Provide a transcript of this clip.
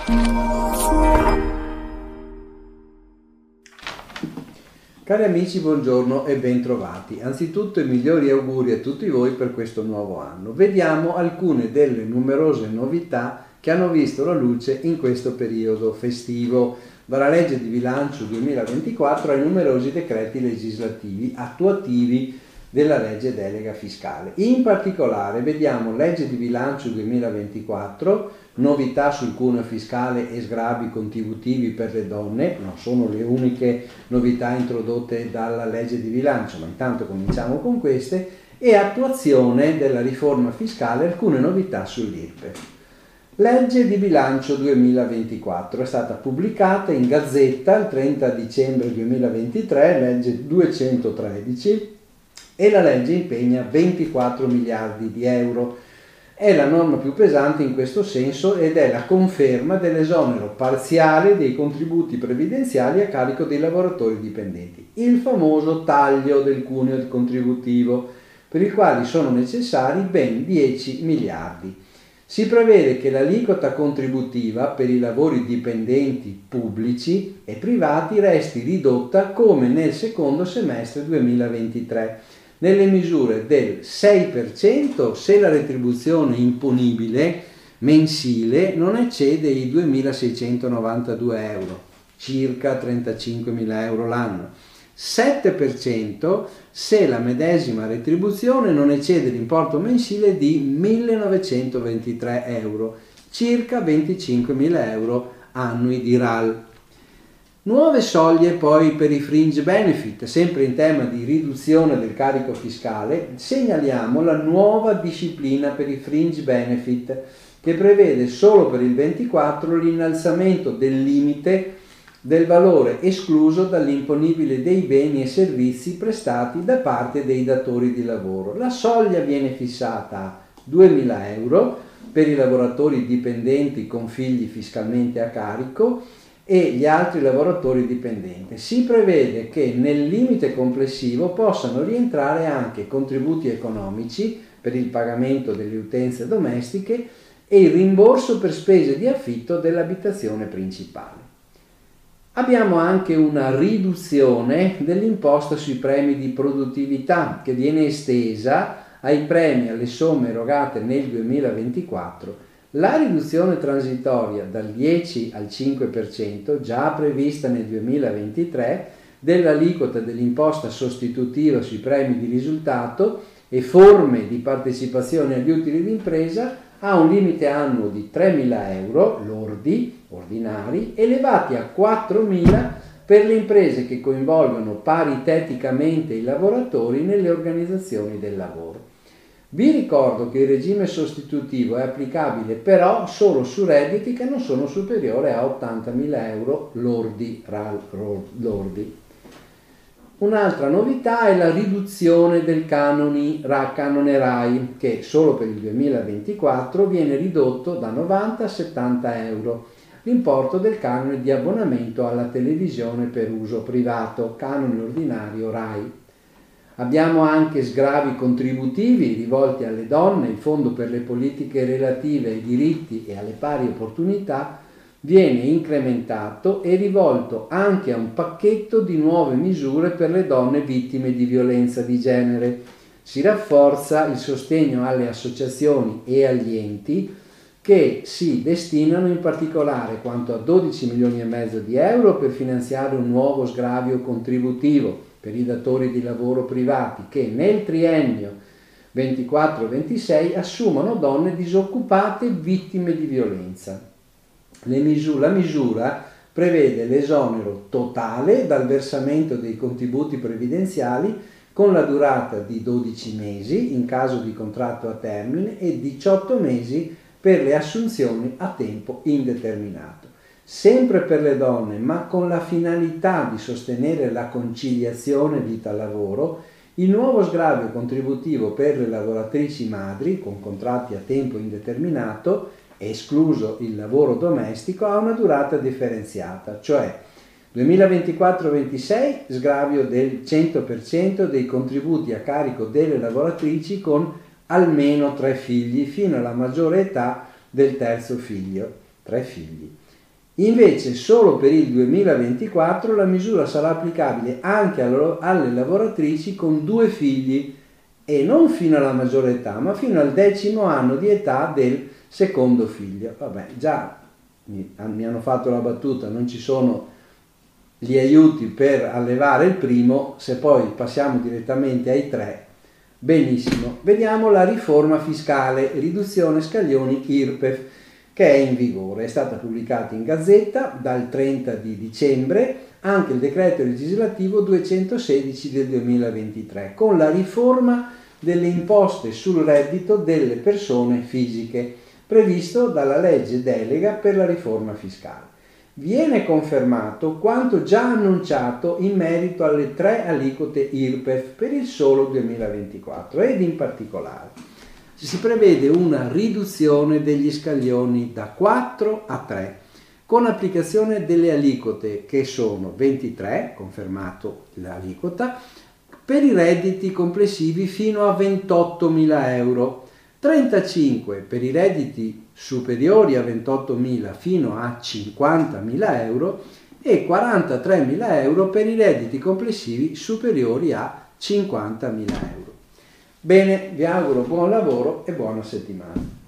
Cari amici, buongiorno e bentrovati. Anzitutto i migliori auguri a tutti voi per questo nuovo anno. Vediamo alcune delle numerose novità che hanno visto la luce in questo periodo festivo, dalla legge di bilancio 2024 ai numerosi decreti legislativi attuativi della legge delega fiscale. In particolare vediamo legge di bilancio 2024, novità sul cuneo fiscale e sgravi contributivi per le donne. Non sono le uniche novità introdotte dalla legge di bilancio, ma intanto cominciamo con queste, e attuazione della riforma fiscale, alcune novità sull'IRPEF. Legge di bilancio 2024 è stata pubblicata in Gazzetta il 30 dicembre 2023, legge 213, e la legge impegna 24 miliardi di euro. È la norma più pesante in questo senso ed è la conferma dell'esonero parziale dei contributi previdenziali a carico dei lavoratori dipendenti, il famoso taglio del cuneo contributivo, per il quale sono necessari ben 10 miliardi. Si prevede che l'aliquota contributiva per i lavori dipendenti pubblici e privati resti ridotta come nel secondo semestre 2023, nelle misure del 6% se la retribuzione imponibile mensile non eccede i 2.692 euro, circa 35.000 euro l'anno, 7% se la medesima retribuzione non eccede l'importo mensile di 1.923 euro, circa 25.000 euro annui di RAL. Nuove soglie poi per i fringe benefit, sempre in tema di riduzione del carico fiscale. Segnaliamo la nuova disciplina per i fringe benefit che prevede solo per il 24 l'innalzamento del limite del valore escluso dall'imponibile dei beni e servizi prestati da parte dei datori di lavoro. La soglia viene fissata a 2.000 euro per i lavoratori dipendenti con figli fiscalmente a carico e gli altri lavoratori dipendenti. Si prevede che nel limite complessivo possano rientrare anche contributi economici per il pagamento delle utenze domestiche e il rimborso per spese di affitto dell'abitazione principale. Abbiamo anche una riduzione dell'imposta sui premi di produttività che viene estesa ai premi alle somme erogate nel 2024. La riduzione transitoria dal 10 al 5%, già prevista nel 2023, dell'aliquota dell'imposta sostitutiva sui premi di risultato e forme di partecipazione agli utili d'impresa ha un limite annuo di 3.000 euro lordi, ordinari, elevati a 4.000 per le imprese che coinvolgono pariteticamente i lavoratori nelle organizzazioni del lavoro. Vi ricordo che il regime sostitutivo è applicabile però solo su redditi che non sono superiori a 80.000 euro lordi, lordi. Un'altra novità è la riduzione del canone RAI, che solo per il 2024 viene ridotto da 90 a 70 euro. L'importo del canone di abbonamento alla televisione per uso privato, canone ordinario RAI. Abbiamo anche sgravi contributivi rivolti alle donne. Il Fondo per le politiche relative ai diritti e alle pari opportunità viene incrementato e rivolto anche a un pacchetto di nuove misure per le donne vittime di violenza di genere. Si rafforza il sostegno alle associazioni e agli enti che si destinano in particolare quanto a 12 milioni e mezzo di euro per finanziare un nuovo sgravio contributivo per i datori di lavoro privati che nel triennio 24-26 assumono donne disoccupate vittime di violenza. La misura prevede l'esonero totale dal versamento dei contributi previdenziali con la durata di 12 mesi in caso di contratto a termine e 18 mesi per le assunzioni a tempo indeterminato. Sempre per le donne, ma con la finalità di sostenere la conciliazione vita-lavoro, il nuovo sgravio contributivo per le lavoratrici madri con contratti a tempo indeterminato, escluso il lavoro domestico, ha una durata differenziata, cioè 2024-26 sgravio del 100% dei contributi a carico delle lavoratrici con almeno 3 figli fino alla maggiore età del terzo figlio, 3 figli. Invece solo per il 2024 la misura sarà applicabile anche alle lavoratrici con 2 figli e non fino alla maggiore età, ma fino al 10° anno di età del secondo figlio. Vabbè, già mi hanno fatto la battuta, non ci sono gli aiuti per allevare il primo, se poi passiamo direttamente ai 3, benissimo. Vediamo la riforma fiscale, riduzione scaglioni IRPEF, che è in vigore. È stata pubblicata in Gazzetta dal 30 di dicembre anche il decreto legislativo 216 del 2023, con la riforma delle imposte sul reddito delle persone fisiche, previsto dalla legge delega per la riforma fiscale. Viene confermato quanto già annunciato in merito alle 3 aliquote IRPEF per il solo 2024 ed in particolare si prevede una riduzione degli scaglioni da 4 a 3 con applicazione delle aliquote che sono 23, confermato l'aliquota, per i redditi complessivi fino a 28.000 euro, 35 per i redditi superiori a 28.000 fino a 50.000 euro e 43.000 euro per i redditi complessivi superiori a 50.000 euro. Bene, vi auguro buon lavoro e buona settimana.